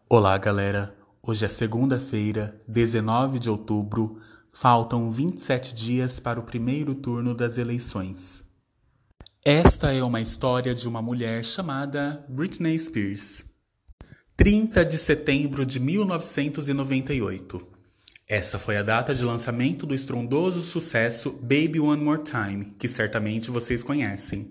Olá, galera. Hoje é segunda-feira, 19 de outubro. Faltam 27 dias para o primeiro turno das eleições. Esta é uma história de uma mulher chamada Britney Spears. 30 de setembro de 1998. Essa foi a data de lançamento do estrondoso sucesso Baby One More Time, que certamente vocês conhecem.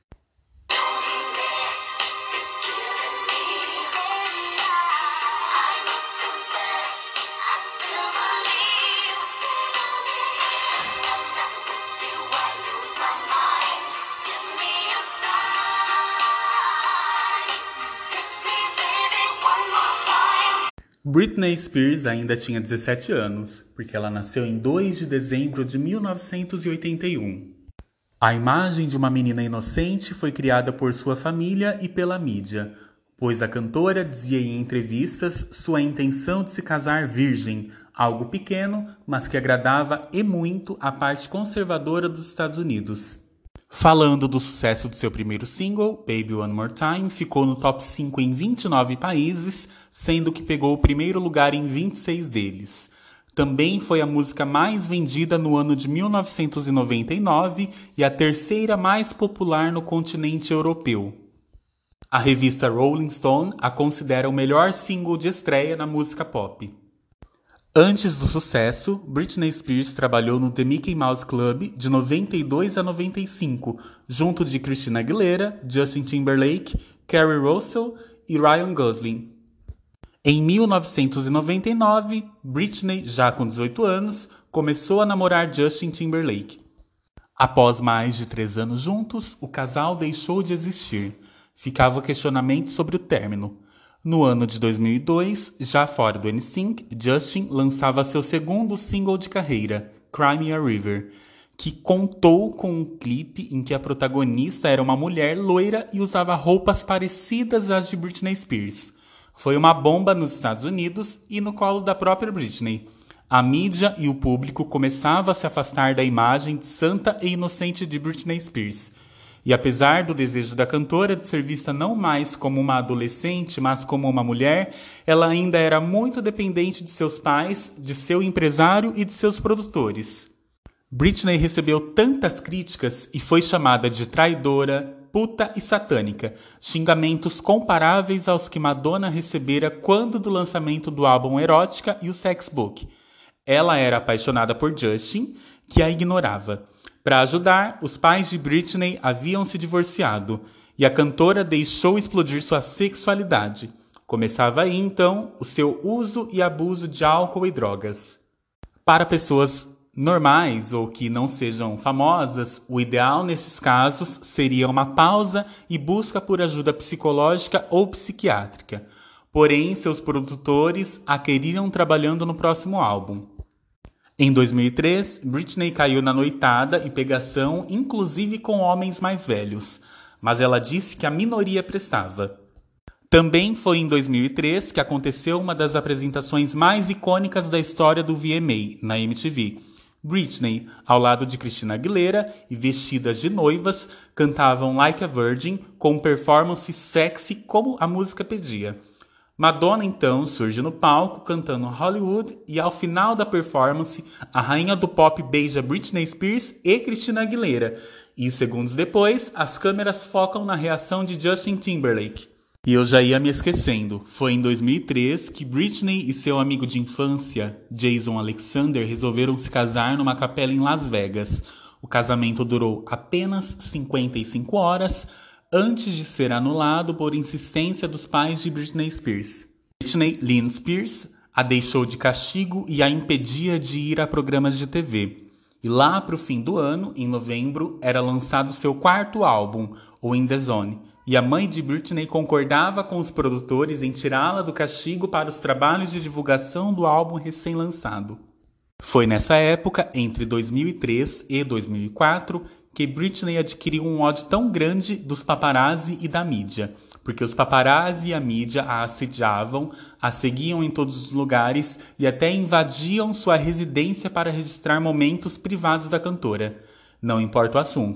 Britney Spears ainda tinha 17 anos, porque ela nasceu em 2 de dezembro de 1981. A imagem de uma menina inocente foi criada por sua família e pela mídia, pois a cantora dizia em entrevistas sua intenção de se casar virgem, algo pequeno, mas que agradava e muito a parte conservadora dos Estados Unidos. Falando do sucesso do seu primeiro single, Baby One More Time, ficou no top 5 em 29 países, sendo que pegou o primeiro lugar em 26 deles. Também foi a música mais vendida no ano de 1999 e a terceira mais popular no continente europeu. A revista Rolling Stone a considera o melhor single de estreia na música pop. Antes do sucesso, Britney Spears trabalhou no The Mickey Mouse Club de 92 a 95, junto de Christina Aguilera, Justin Timberlake, Kerry Russell e Ryan Gosling. Em 1999, Britney, já com 18 anos, começou a namorar Justin Timberlake. Após mais de 3 anos juntos, o casal deixou de existir. Ficava o questionamento sobre o término. No ano de 2002, já fora do NSYNC, Justin lançava seu segundo single de carreira, Cry Me a River, que contou com um clipe em que a protagonista era uma mulher loira e usava roupas parecidas às de Britney Spears. Foi uma bomba nos Estados Unidos e no colo da própria Britney. A mídia e o público começavam a se afastar da imagem de santa e inocente de Britney Spears. E apesar do desejo da cantora de ser vista não mais como uma adolescente, mas como uma mulher, ela ainda era muito dependente de seus pais, de seu empresário e de seus produtores. Britney recebeu tantas críticas e foi chamada de traidora, puta e satânica, xingamentos comparáveis aos que Madonna recebera quando do lançamento do álbum Erótica e o Sex Book. Ela era apaixonada por Justin, que a ignorava. Para ajudar, os pais de Britney haviam se divorciado e a cantora deixou explodir sua sexualidade. Começava aí, então, o seu uso e abuso de álcool e drogas. Para pessoas normais ou que não sejam famosas, o ideal nesses casos seria uma pausa e busca por ajuda psicológica ou psiquiátrica. Porém, seus produtores a queriam trabalhando no próximo álbum. Em 2003, Britney caiu na noitada e pegação, inclusive com homens mais velhos, mas ela disse que a minoria prestava. Também foi em 2003 que aconteceu uma das apresentações mais icônicas da história do VMA, na MTV. Britney, ao lado de Christina Aguilera e vestidas de noivas, cantavam Like a Virgin com performance sexy como a música pedia. Madonna então surge no palco cantando Hollywood e ao final da performance a rainha do pop beija Britney Spears e Christina Aguilera e segundos depois as câmeras focam na reação de Justin Timberlake. E eu já ia me esquecendo, foi em 2003 que Britney e seu amigo de infância, Jason Alexander, resolveram se casar numa capela em Las Vegas. O casamento durou apenas 55 horas, antes de ser anulado por insistência dos pais de Britney Spears. Britney Lynn Spears a deixou de castigo e a impedia de ir a programas de TV. E lá para o fim do ano, em novembro, era lançado seu quarto álbum, o In The Zone, e a mãe de Britney concordava com os produtores em tirá-la do castigo para os trabalhos de divulgação do álbum recém-lançado. Foi nessa época, entre 2003 e 2004, que Britney adquiriu um ódio tão grande dos paparazzi e da mídia, porque os paparazzi e a mídia a assediavam, a seguiam em todos os lugares e até invadiam sua residência para registrar momentos privados da cantora. Não importa o assunto,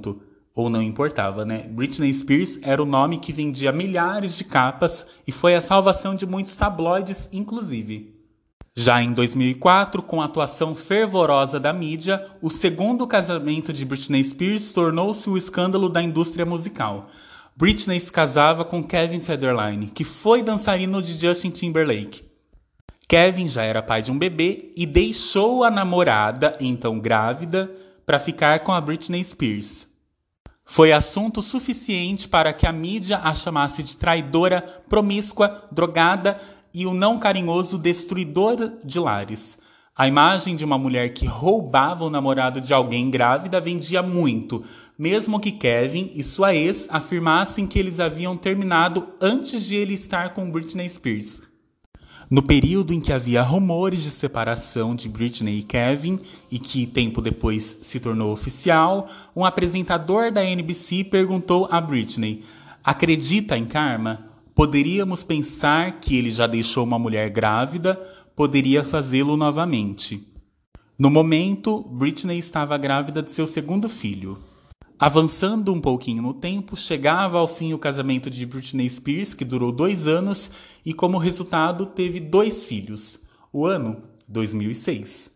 Ou não importava, né? Britney Spears era o nome que vendia milhares de capas e foi a salvação de muitos tabloides, inclusive. Já em 2004, com a atuação fervorosa da mídia, o segundo casamento de Britney Spears tornou-se o escândalo da indústria musical. Britney se casava com Kevin Federline, que foi dançarino de Justin Timberlake. Kevin já era pai de um bebê e deixou a namorada, então grávida, para ficar com a Britney Spears. Foi assunto suficiente para que a mídia a chamasse de traidora, promíscua, drogada e o não carinhoso destruidor de lares. A imagem de uma mulher que roubava o namorado de alguém grávida vendia muito, mesmo que Kevin e sua ex afirmassem que eles haviam terminado antes de ele estar com Britney Spears. No período em que havia rumores de separação de Britney e Kevin, e que tempo depois se tornou oficial, um apresentador da NBC perguntou a Britney: "Acredita em karma? Poderíamos pensar que ele já deixou uma mulher grávida, poderia fazê-lo novamente." No momento, Britney estava grávida de seu segundo filho. Avançando um pouquinho no tempo, chegava ao fim o casamento de Britney Spears, que durou 2 anos, e como resultado teve 2 filhos. O ano 2006.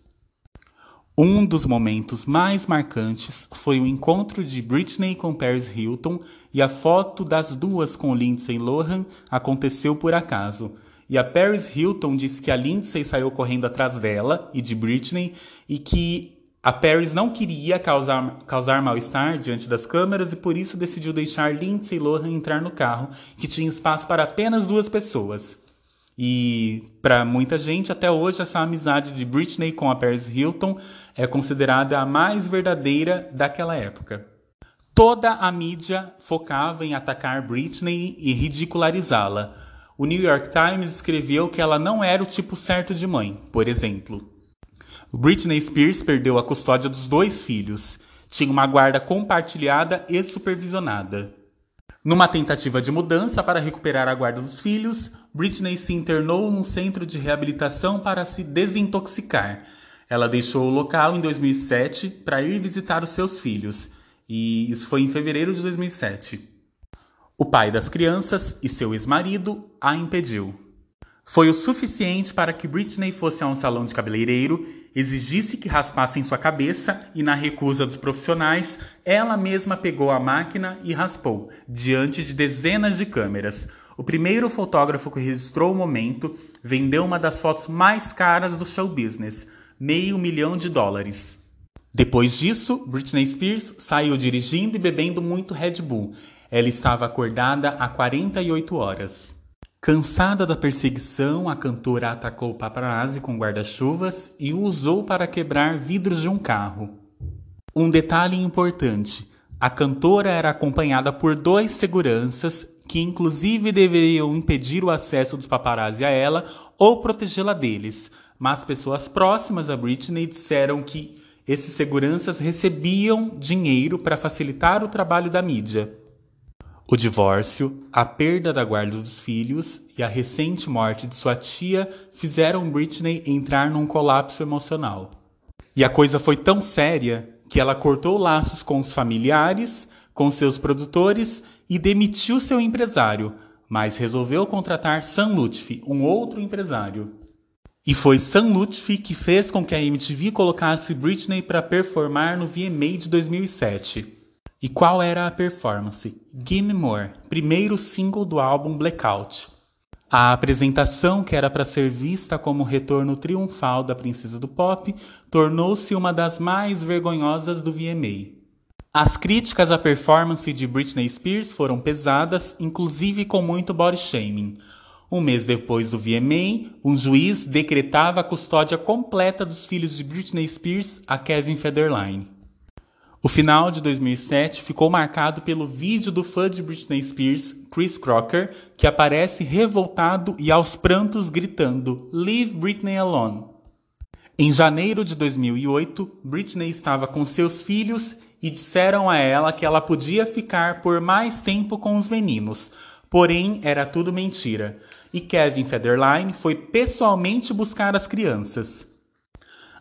Um dos momentos mais marcantes foi o encontro de Britney com Paris Hilton, e a foto das duas com Lindsay Lohan aconteceu por acaso. E a Paris Hilton disse que a Lindsay saiu correndo atrás dela e de Britney, e que a Paris não queria causar mal-estar diante das câmeras e por isso decidiu deixar Lindsay Lohan entrar no carro, que tinha espaço para apenas 2 pessoas. E para muita gente, até hoje, essa amizade de Britney com a Paris Hilton é considerada a mais verdadeira daquela época. Toda a mídia focava em atacar Britney e ridicularizá-la. O New York Times escreveu que ela não era o tipo certo de mãe, por exemplo. Britney Spears perdeu a custódia dos 2 filhos. Tinha uma guarda compartilhada e supervisionada. Numa tentativa de mudança para recuperar a guarda dos filhos, Britney se internou num centro de reabilitação para se desintoxicar. Ela deixou o local em 2007 para ir visitar os seus filhos. E isso foi em fevereiro de 2007. O pai das crianças e seu ex-marido a impediu. Foi o suficiente para que Britney fosse a um salão de cabeleireiro, exigisse que raspassem sua cabeça e, na recusa dos profissionais, ela mesma pegou a máquina e raspou, diante de dezenas de câmeras. O primeiro fotógrafo que registrou o momento vendeu uma das fotos mais caras do show business, $500 mil. Depois disso, Britney Spears saiu dirigindo e bebendo muito Red Bull. Ela estava acordada há 48 horas. Cansada da perseguição, a cantora atacou o paparazzi com guarda-chuvas e o usou para quebrar vidros de um carro. Um detalhe importante: a cantora era acompanhada por 2 seguranças que inclusive deveriam impedir o acesso dos paparazzi a ela ou protegê-la deles, mas pessoas próximas a Britney disseram que esses seguranças recebiam dinheiro para facilitar o trabalho da mídia. O divórcio, a perda da guarda dos filhos e a recente morte de sua tia fizeram Britney entrar num colapso emocional. E a coisa foi tão séria que ela cortou laços com os familiares, com seus produtores e demitiu seu empresário, mas resolveu contratar Sam Lutfi, um outro empresário. E foi Sam Lutfi que fez com que a MTV colocasse Britney para performar no VMA de 2007. E qual era a performance? Gimme More, primeiro single do álbum Blackout. A apresentação, que era para ser vista como o retorno triunfal da princesa do pop, tornou-se uma das mais vergonhosas do VMA. As críticas à performance de Britney Spears foram pesadas, inclusive com muito body shaming. Um mês depois do VMA, um juiz decretava a custódia completa dos filhos de Britney Spears a Kevin Federline. O final de 2007 ficou marcado pelo vídeo do fã de Britney Spears, Chris Crocker, que aparece revoltado e aos prantos gritando "Leave Britney alone". Em janeiro de 2008, Britney estava com seus filhos e disseram a ela que ela podia ficar por mais tempo com os meninos, porém era tudo mentira, e Kevin Federline foi pessoalmente buscar as crianças.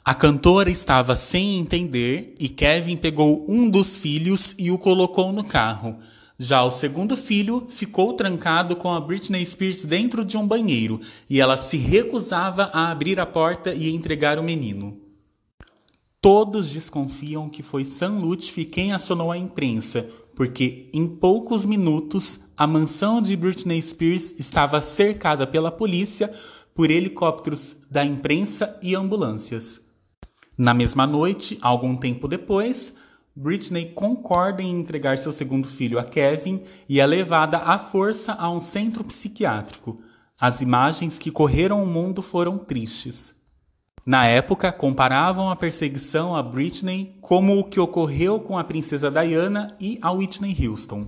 A cantora estava sem entender e Kevin pegou um dos filhos e o colocou no carro. Já o segundo filho ficou trancado com a Britney Spears dentro de um banheiro e ela se recusava a abrir a porta e entregar o menino. Todos desconfiam que foi Sam Lutfi quem acionou a imprensa, porque em poucos minutos a mansão de Britney Spears estava cercada pela polícia por helicópteros da imprensa e ambulâncias. Na mesma noite, algum tempo depois, Britney concorda em entregar seu segundo filho a Kevin e é levada à força a um centro psiquiátrico. As imagens que correram o mundo foram tristes. Na época, comparavam a perseguição a Britney como o que ocorreu com a princesa Diana e a Whitney Houston.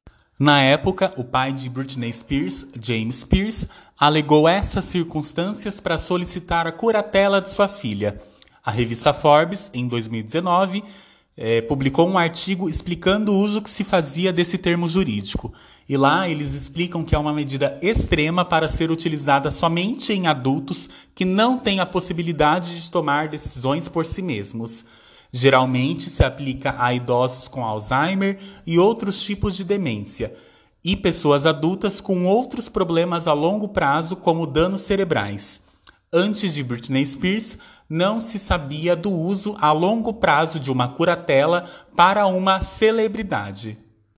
Na época, o pai de Britney Spears, James Spears, alegou essas circunstâncias para solicitar a curatela de sua filha. A revista Forbes, em 2019, publicou um artigo explicando o uso que se fazia desse termo jurídico. E lá eles explicam que é uma medida extrema para ser utilizada somente em adultos que não têm a possibilidade de tomar decisões por si mesmos. Geralmente se aplica a idosos com Alzheimer e outros tipos de demência, e pessoas adultas com outros problemas a longo prazo, como danos cerebrais. Antes de Britney Spears, não se sabia do uso a longo prazo de uma curatela para uma celebridade.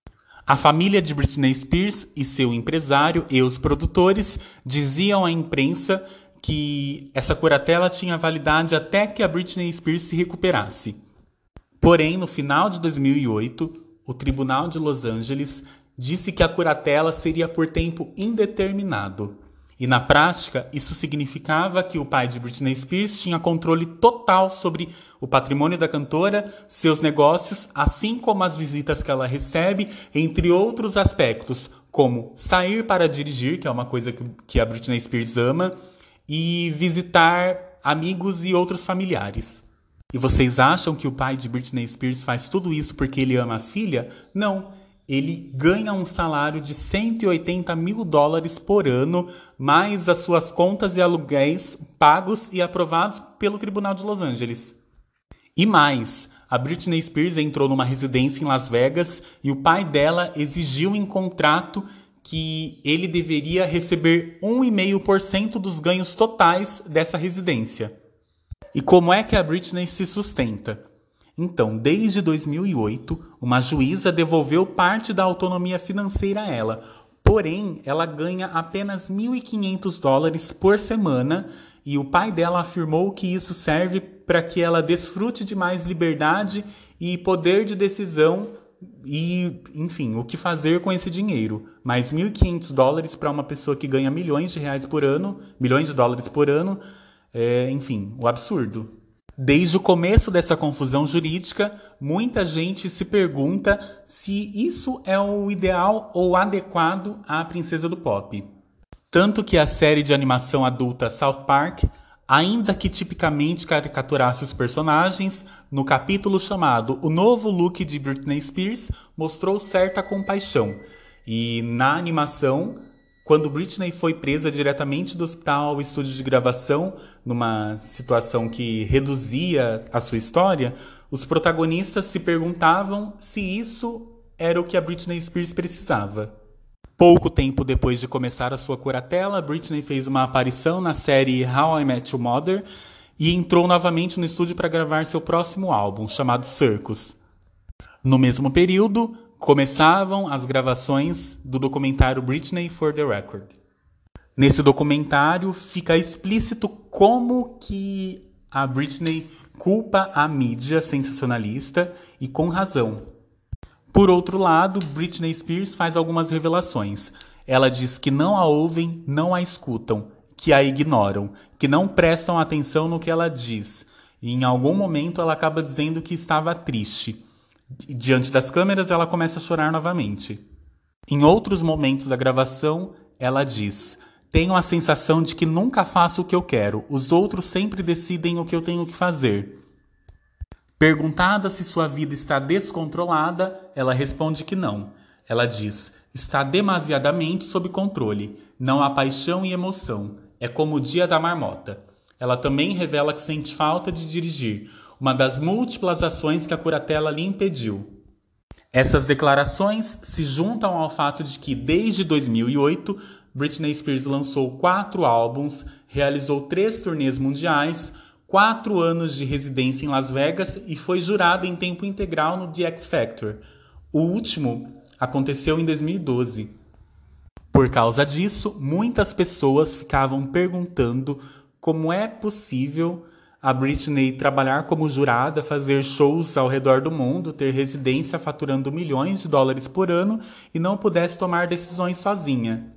A família de Britney Spears e seu empresário e os produtores diziam à imprensa que essa curatela tinha validade até que a Britney Spears se recuperasse. Porém, no final de 2008, o Tribunal de Los Angeles disse que a curatela seria por tempo indeterminado. E na prática, isso significava que o pai de Britney Spears tinha controle total sobre o patrimônio da cantora, seus negócios, assim como as visitas que ela recebe, entre outros aspectos, como sair para dirigir, que é uma coisa que a Britney Spears ama, e visitar amigos e outros familiares. E vocês acham que o pai de Britney Spears faz tudo isso porque ele ama a filha? Não. Ele ganha um salário de $180 mil por ano, mais as suas contas e aluguéis pagos e aprovados pelo Tribunal de Los Angeles. E mais, a Britney Spears entrou numa residência em Las Vegas e o pai dela exigiu em contrato que ele deveria receber 1,5% dos ganhos totais dessa residência. E como é que a Britney se sustenta? Então, desde 2008, uma juíza devolveu parte da autonomia financeira a ela. Porém, ela ganha apenas $1.500 por semana e o pai dela afirmou que isso serve para que ela desfrute de mais liberdade e poder de decisão e, enfim, o que fazer com esse dinheiro. Mas $1.500 para uma pessoa que ganha milhões de dólares por ano, enfim, o absurdo. Desde o começo dessa confusão jurídica, muita gente se pergunta se isso é o ideal ou adequado à princesa do pop. Tanto que a série de animação adulta South Park, ainda que tipicamente caricaturasse os personagens, no capítulo chamado O Novo Look de Britney Spears, mostrou certa compaixão. E na animação, quando Britney foi presa diretamente do hospital ao estúdio de gravação, numa situação que reduzia a sua história, os protagonistas se perguntavam se isso era o que a Britney Spears precisava. Pouco tempo depois de começar a sua curatela, Britney fez uma aparição na série How I Met Your Mother e entrou novamente no estúdio para gravar seu próximo álbum, chamado Circus. No mesmo período, começavam as gravações do documentário Britney for the Record. Nesse documentário fica explícito como que a Britney culpa a mídia sensacionalista e com razão. Por outro lado, Britney Spears faz algumas revelações. Ela diz que não a ouvem, não a escutam, que a ignoram, que não prestam atenção no que ela diz. E em algum momento ela acaba dizendo que estava triste. Diante das câmeras, ela começa a chorar novamente. Em outros momentos da gravação, ela diz: "Tenho a sensação de que nunca faço o que eu quero. Os outros sempre decidem o que eu tenho que fazer." Perguntada se sua vida está descontrolada, ela responde que não. Ela diz: "Está demasiadamente sob controle. Não há paixão e emoção. É como o dia da marmota." ela também revela que sente falta de dirigir, uma das múltiplas ações que a curatela lhe impediu. Essas declarações se juntam ao fato de que, desde 2008, Britney Spears lançou 4 álbuns, realizou 3 turnês mundiais, 4 anos de residência em Las Vegas e foi jurada em tempo integral no The X Factor. O último aconteceu em 2012. Por causa disso, muitas pessoas ficavam perguntando como é possível a Britney trabalhar como jurada, fazer shows ao redor do mundo, ter residência faturando milhões de dólares por ano e não pudesse tomar decisões sozinha.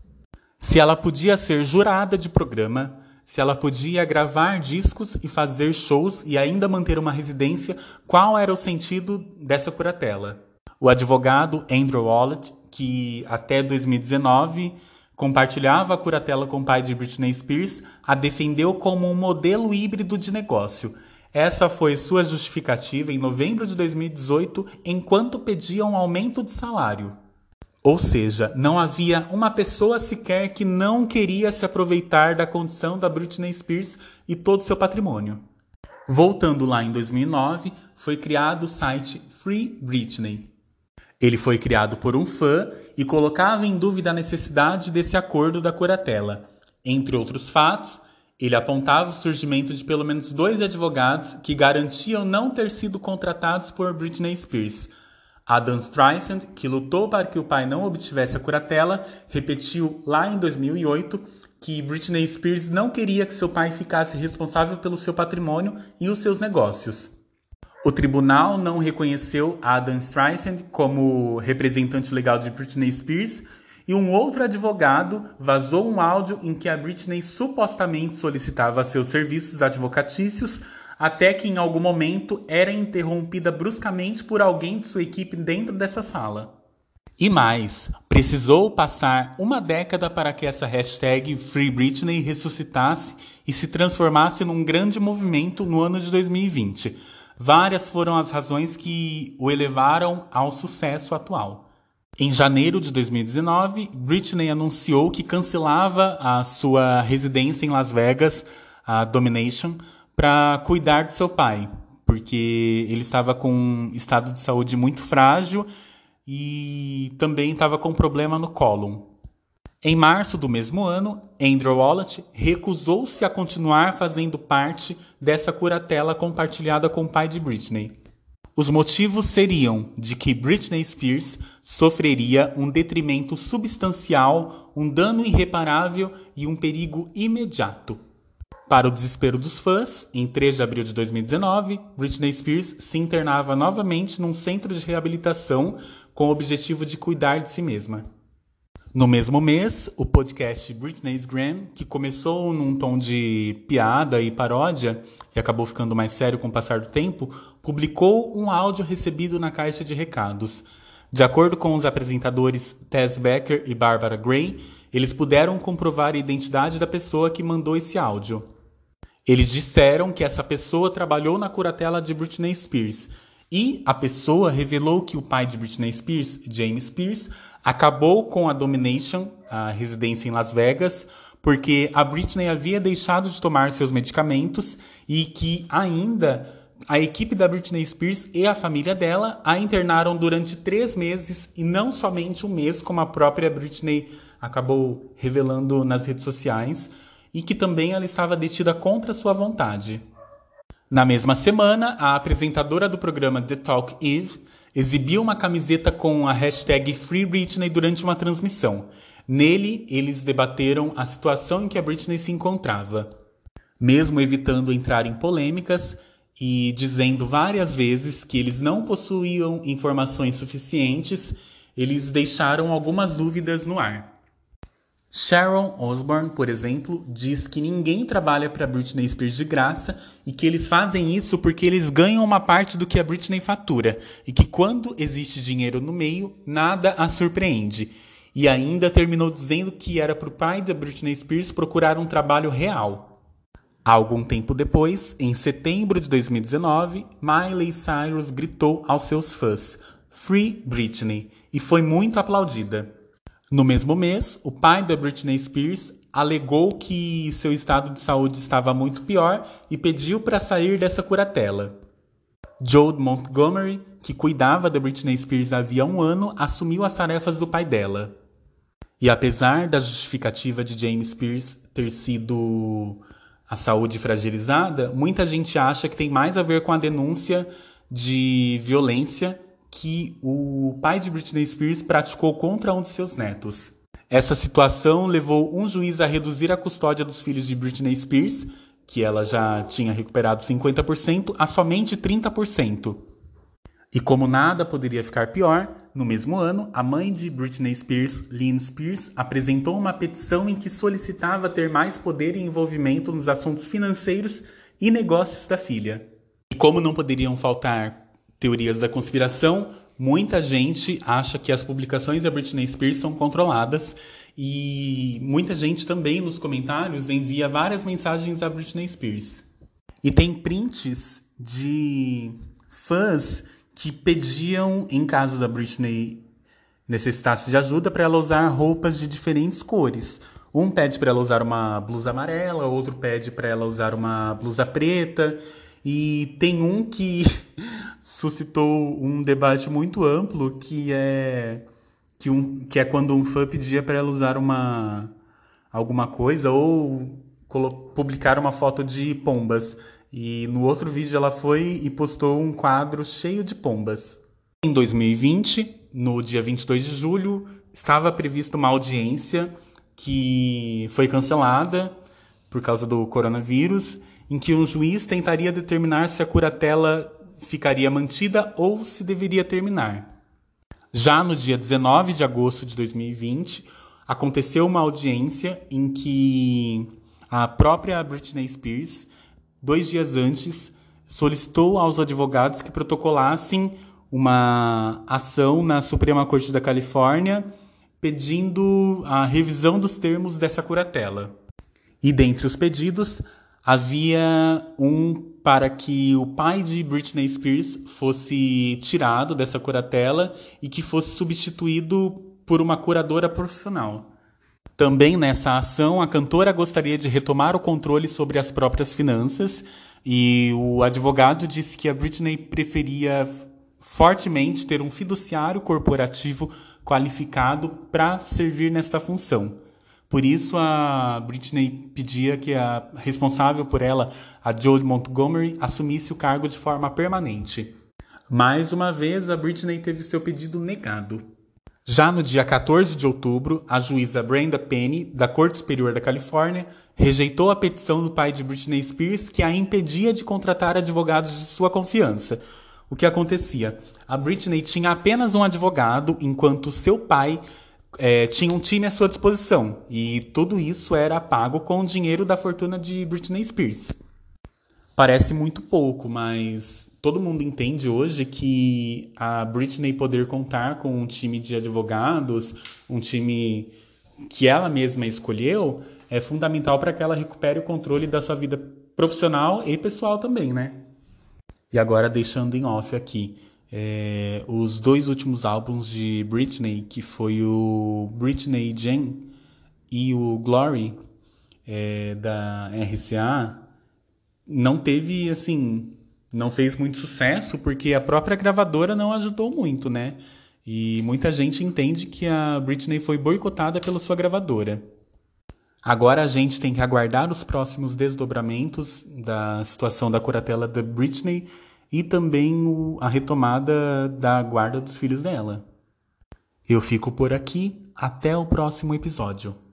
Se ela podia ser jurada de programa, se ela podia gravar discos e fazer shows e ainda manter uma residência, qual era o sentido dessa curatela? O advogado Andrew Wallet, que até 2019 compartilhava a curatela com o pai de Britney Spears, a defendeu como um modelo híbrido de negócio. Essa foi sua justificativa em novembro de 2018, enquanto pedia um aumento de salário. Ou seja, não havia uma pessoa sequer que não queria se aproveitar da condição da Britney Spears e todo seu patrimônio. Voltando lá em 2009, foi criado o site Free Britney. Ele foi criado por um fã e colocava em dúvida a necessidade desse acordo da curatela. Entre outros fatos, ele apontava o surgimento de pelo menos 2 advogados que garantiam não ter sido contratados por Britney Spears. Adam Streisand, que lutou para que o pai não obtivesse a curatela, repetiu lá em 2008 que Britney Spears não queria que seu pai ficasse responsável pelo seu patrimônio e os seus negócios. O tribunal não reconheceu Adam Streisand como representante legal de Britney Spears e um outro advogado vazou um áudio em que a Britney supostamente solicitava seus serviços advocatícios até que em algum momento era interrompida bruscamente por alguém de sua equipe dentro dessa sala. E mais, precisou passar uma década para que essa hashtag Free Britney ressuscitasse e se transformasse num grande movimento no ano de 2020. Várias foram as razões que o elevaram ao sucesso atual. Em janeiro de 2019, Britney anunciou que cancelava a sua residência em Las Vegas, a Domination, para cuidar de seu pai, porque ele estava com um estado de saúde muito frágil e também estava com problema no cólon. Em março do mesmo ano, Andrew Wallet recusou-se a continuar fazendo parte dessa curatela compartilhada com o pai de Britney. Os motivos seriam de que Britney Spears sofreria um detrimento substancial, um dano irreparável e um perigo imediato. Para o desespero dos fãs, em 3 de abril de 2019, Britney Spears se internava novamente num centro de reabilitação com o objetivo de cuidar de si mesma. No mesmo mês, o podcast Britney's Gram, que começou num tom de piada e paródia e acabou ficando mais sério com o passar do tempo, publicou um áudio recebido na caixa de recados. De acordo com os apresentadores Tess Becker e Barbara Gray, eles puderam comprovar a identidade da pessoa que mandou esse áudio. Eles disseram que essa pessoa trabalhou na curatela de Britney Spears e a pessoa revelou que o pai de Britney Spears, James Spears, acabou com a Domination, a residência em Las Vegas, porque a Britney havia deixado de tomar seus medicamentos e que ainda a equipe da Britney Spears e a família dela a internaram durante 3 meses e não somente um mês, como a própria Britney acabou revelando nas redes sociais, e que também ela estava detida contra sua vontade. Na mesma semana, a apresentadora do programa The Talk Eve exibiu uma camiseta com a hashtag Free Britney durante uma transmissão. Nele, eles debateram a situação em que a Britney se encontrava. Mesmo evitando entrar em polêmicas e dizendo várias vezes que eles não possuíam informações suficientes, eles deixaram algumas dúvidas no ar. Sharon Osbourne, por exemplo, diz que ninguém trabalha para Britney Spears de graça e que eles fazem isso porque eles ganham uma parte do que a Britney fatura e que quando existe dinheiro no meio, nada a surpreende. E ainda terminou dizendo que era para o pai da Britney Spears procurar um trabalho real. Algum tempo depois, em setembro de 2019, Miley Cyrus gritou aos seus fãs "Free Britney" e foi muito aplaudida. No mesmo mês, o pai da Britney Spears, alegou que seu estado de saúde estava muito pior e pediu para sair dessa curatela. Joe Montgomery, que cuidava da Britney Spears havia 1 ano, assumiu as tarefas do pai dela. E apesar da justificativa de Jamie Spears ter sido a saúde fragilizada, muita gente acha que tem mais a ver com a denúncia de violência que o pai de Britney Spears praticou contra um de seus netos. Essa situação levou um juiz a reduzir a custódia dos filhos de Britney Spears, que ela já tinha recuperado 50%, a somente 30%. E como nada poderia ficar pior, no mesmo ano, a mãe de Britney Spears, Lynn Spears, apresentou uma petição em que solicitava ter mais poder e envolvimento nos assuntos financeiros e negócios da filha. E como não poderiam faltar teorias da conspiração, muita gente acha que as publicações da Britney Spears são controladas e muita gente também nos comentários envia várias mensagens a Britney Spears. E tem prints de fãs que pediam, em caso da Britney necessitasse de ajuda, para ela usar roupas de diferentes cores. Um pede para ela usar uma blusa amarela, outro pede para ela usar uma blusa preta. E tem um que suscitou um debate muito amplo, que é quando um fã pedia para ela usar alguma coisa ou publicar uma foto de pombas. E no outro vídeo ela foi e postou um quadro cheio de pombas. Em 2020, no dia 22 de julho, estava prevista uma audiência que foi cancelada por causa do coronavírus, em que um juiz tentaria determinar se a curatela ficaria mantida ou se deveria terminar. Já no dia 19 de agosto de 2020, aconteceu uma audiência em que a própria Britney Spears, 2 dias antes, solicitou aos advogados que protocolassem uma ação na Suprema Corte da Califórnia pedindo a revisão dos termos dessa curatela. E dentre os pedidos, havia um para que o pai de Britney Spears fosse tirado dessa curatela e que fosse substituído por uma curadora profissional. Também nessa ação, a cantora gostaria de retomar o controle sobre as próprias finanças e o advogado disse que a Britney preferia fortemente ter um fiduciário corporativo qualificado para servir nesta função. Por isso, a Britney pedia que a responsável por ela, a Joe Montgomery, assumisse o cargo de forma permanente. Mais uma vez, a Britney teve seu pedido negado. Já no dia 14 de outubro, a juíza Brenda Penny, da Corte Superior da Califórnia, rejeitou a petição do pai de Britney Spears que a impedia de contratar advogados de sua confiança. O que acontecia? A Britney tinha apenas um advogado, enquanto seu pai tinha um time à sua disposição. E tudo isso era pago com o dinheiro da fortuna de Britney Spears. Parece muito pouco, mas todo mundo entende hoje que a Britney poder contar com um time de advogados, um time que ela mesma escolheu, é fundamental para que ela recupere o controle da sua vida profissional e pessoal também, né? E agora, deixando em off aqui, os 2 últimos álbuns de Britney, que foi o Britney Jean e o Glory, da RCA, não teve, assim, não fez muito sucesso porque a própria gravadora não ajudou muito, né? E muita gente entende que a Britney foi boicotada pela sua gravadora. Agora a gente tem que aguardar os próximos desdobramentos da situação da curatela da Britney e também a retomada da guarda dos filhos dela. Eu fico por aqui, até o próximo episódio.